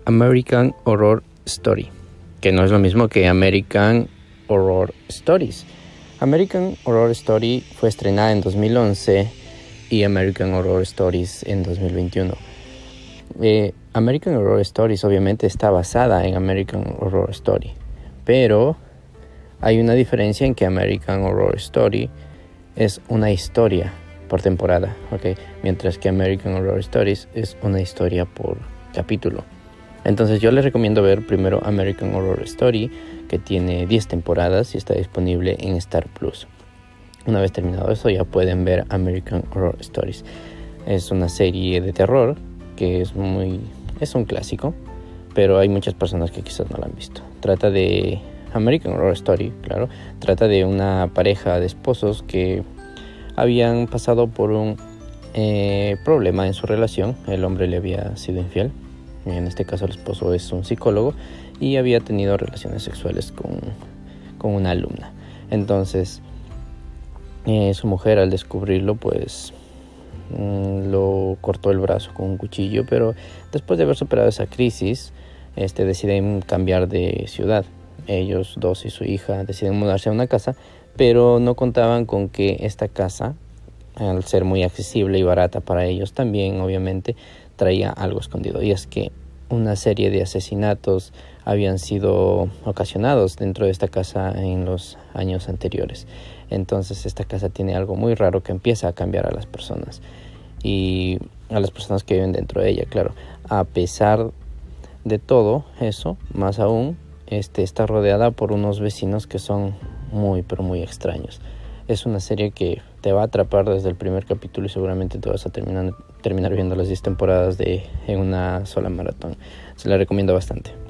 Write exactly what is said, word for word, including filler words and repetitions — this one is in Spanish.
American Horror Story, que no es lo mismo que American Horror Stories. American Horror Story fue estrenada en dos mil once y American Horror Stories en dos mil veintiuno. Eh, American Horror Stories obviamente está basada en American Horror Story, pero hay una diferencia en que American Horror Story es una historia por temporada, ¿okay? Mientras que American Horror Stories es una historia por capítulo. Entonces yo les recomiendo ver primero American Horror Story, que tiene diez temporadas y está disponible en Star Plus. Una vez terminado eso ya pueden ver American Horror Stories. Es una serie de terror que es muy es un clásico, pero hay muchas personas que quizás no la han visto. Trata de American Horror Story, claro, trata de una pareja de esposos que habían pasado por un eh, problema en su relación. El hombre le había sido infiel, en este caso el esposo es un psicólogo y había tenido relaciones sexuales con, con una alumna. Entonces eh, su mujer, al descubrirlo, pues mm, lo cortó el brazo con un cuchillo, pero después de haber superado esa crisis este, deciden cambiar de ciudad. Ellos dos y su hija deciden mudarse a una casa, pero no contaban con que esta casa, al ser muy accesible y barata para ellos también, obviamente, traía algo escondido. Y es que una serie de asesinatos habían sido ocasionados dentro de esta casa en los años anteriores. Entonces esta casa tiene algo muy raro que empieza a cambiar a las personas. Y a las personas que viven dentro de ella, claro. A pesar de todo eso, más aún, este, está rodeada por unos vecinos que son muy, pero muy extraños. Es una serie que te va a atrapar desde el primer capítulo y seguramente te vas a terminar, terminar viendo las diez temporadas de, en una sola maratón. Se la recomiendo bastante.